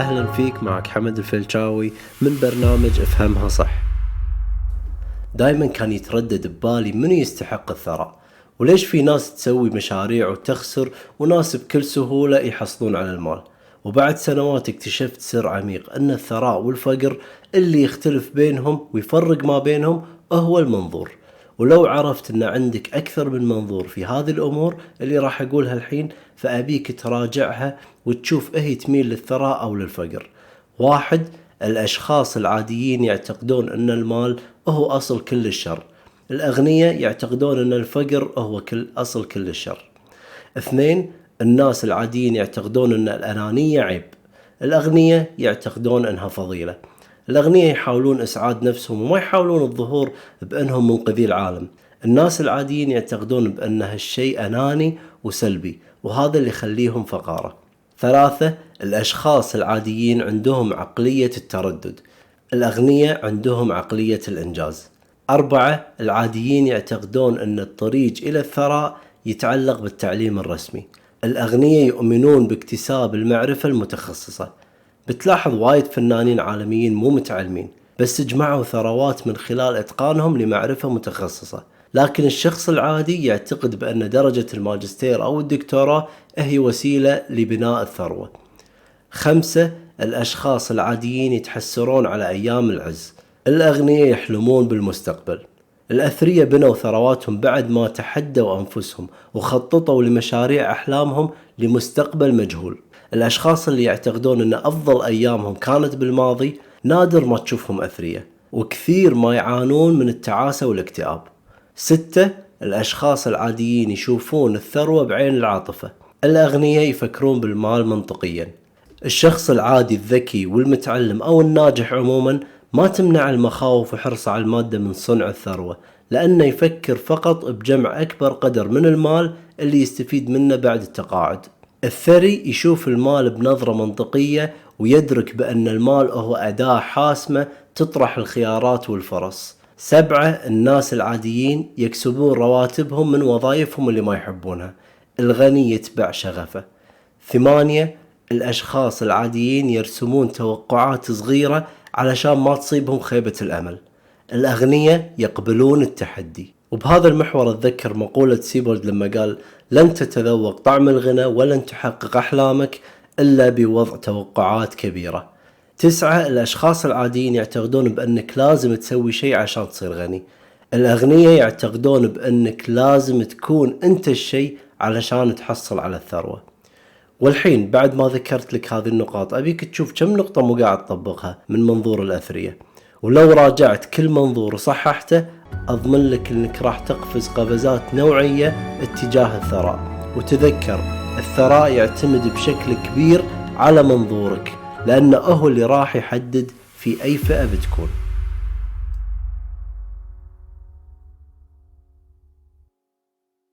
أهلا فيك، معك حمد الفلشاوي من برنامج افهمها صح. دايما كان يتردد ببالي منو يستحق الثراء، وليش في ناس تسوي مشاريع وتخسر وناس بكل سهولة يحصلون على المال. وبعد سنوات اكتشفت سر عميق، أن الثراء والفقر اللي يختلف بينهم ويفرق ما بينهم هو المنظور. ولو عرفت أن عندك أكثر من منظور في هذه الأمور اللي راح أقولها الحين، فأبيك تراجعها وتشوف هي تميل للثراء أو للفقر. 1. الأشخاص العاديين يعتقدون أن المال هو أصل كل الشر. الأغنياء يعتقدون أن الفقر هو أصل كل الشر. 2. الناس العاديين يعتقدون أن الأنانية عيب. الأغنياء يعتقدون أنها فضيلة. الأغنياء يحاولون إسعاد نفسهم وما يحاولون الظهور بأنهم منقذي العالم. الناس العاديين يعتقدون بأن هالشيء أناني وسلبي، وهذا اللي يخليهم فقارة. 3. الأشخاص العاديين عندهم عقلية التردد. الأغنياء عندهم عقلية الإنجاز. 4. العاديين يعتقدون أن الطريق إلى الثراء يتعلق بالتعليم الرسمي. الأغنياء يؤمنون باكتساب المعرفة المتخصصة. بتلاحظ وايد فنانين عالميين مو متعلمين، بس جمعوا ثروات من خلال إتقانهم لمعرفة متخصصة. لكن الشخص العادي يعتقد بأن درجة الماجستير أو الدكتوراه هي وسيلة لبناء الثروة. 5. الأشخاص العاديين يتحسرون على أيام العز. الأغنياء يحلمون بالمستقبل. الأثرياء بنوا ثرواتهم بعد ما تحدوا أنفسهم وخططوا لمشاريع أحلامهم لمستقبل مجهول. الأشخاص اللي يعتقدون أن أفضل أيامهم كانت بالماضي نادر ما تشوفهم أثرياء، وكثير ما يعانون من التعاسة والاكتئاب. 6. الأشخاص العاديين يشوفون الثروة بعين العاطفة. الأغنياء يفكرون بالمال منطقيا. الشخص العادي الذكي والمتعلم أو الناجح عموما ما تمنع المخاوف وحرصه على المادة من صنع الثروة، لأنه يفكر فقط بجمع أكبر قدر من المال اللي يستفيد منه بعد التقاعد. الثري يشوف المال بنظرة منطقية ويدرك بأن المال هو أداة حاسمة تطرح الخيارات والفرص. 7. الناس العاديين يكسبون رواتبهم من وظائفهم اللي ما يحبونها. الغني يتبع شغفه. 8. الأشخاص العاديين يرسمون توقعات صغيرة علشان ما تصيبهم خيبة الأمل. الأغنياء يقبلون التحدي. وبهذا المحور أتذكر مقولة سيبولد لما قال: لن تتذوق طعم الغنى ولن تحقق أحلامك إلا بوضع توقعات كبيرة. 9. الأشخاص العاديين يعتقدون بأنك لازم تسوي شيء عشان تصير غني. الأغنياء يعتقدون بأنك لازم تكون أنت الشيء علشان تحصل على الثروة. والحين بعد ما ذكرت لك هذه النقاط، أبيك تشوف كم نقطة مو قاعد تطبقها من منظور الأثرياء، ولو راجعت كل منظور وصححته أضمن لك أنك راح تقفز قفزات نوعية اتجاه الثراء. وتذكر، الثراء يعتمد بشكل كبير على منظورك، لأنه هو اللي راح يحدد في أي فئة بتكون.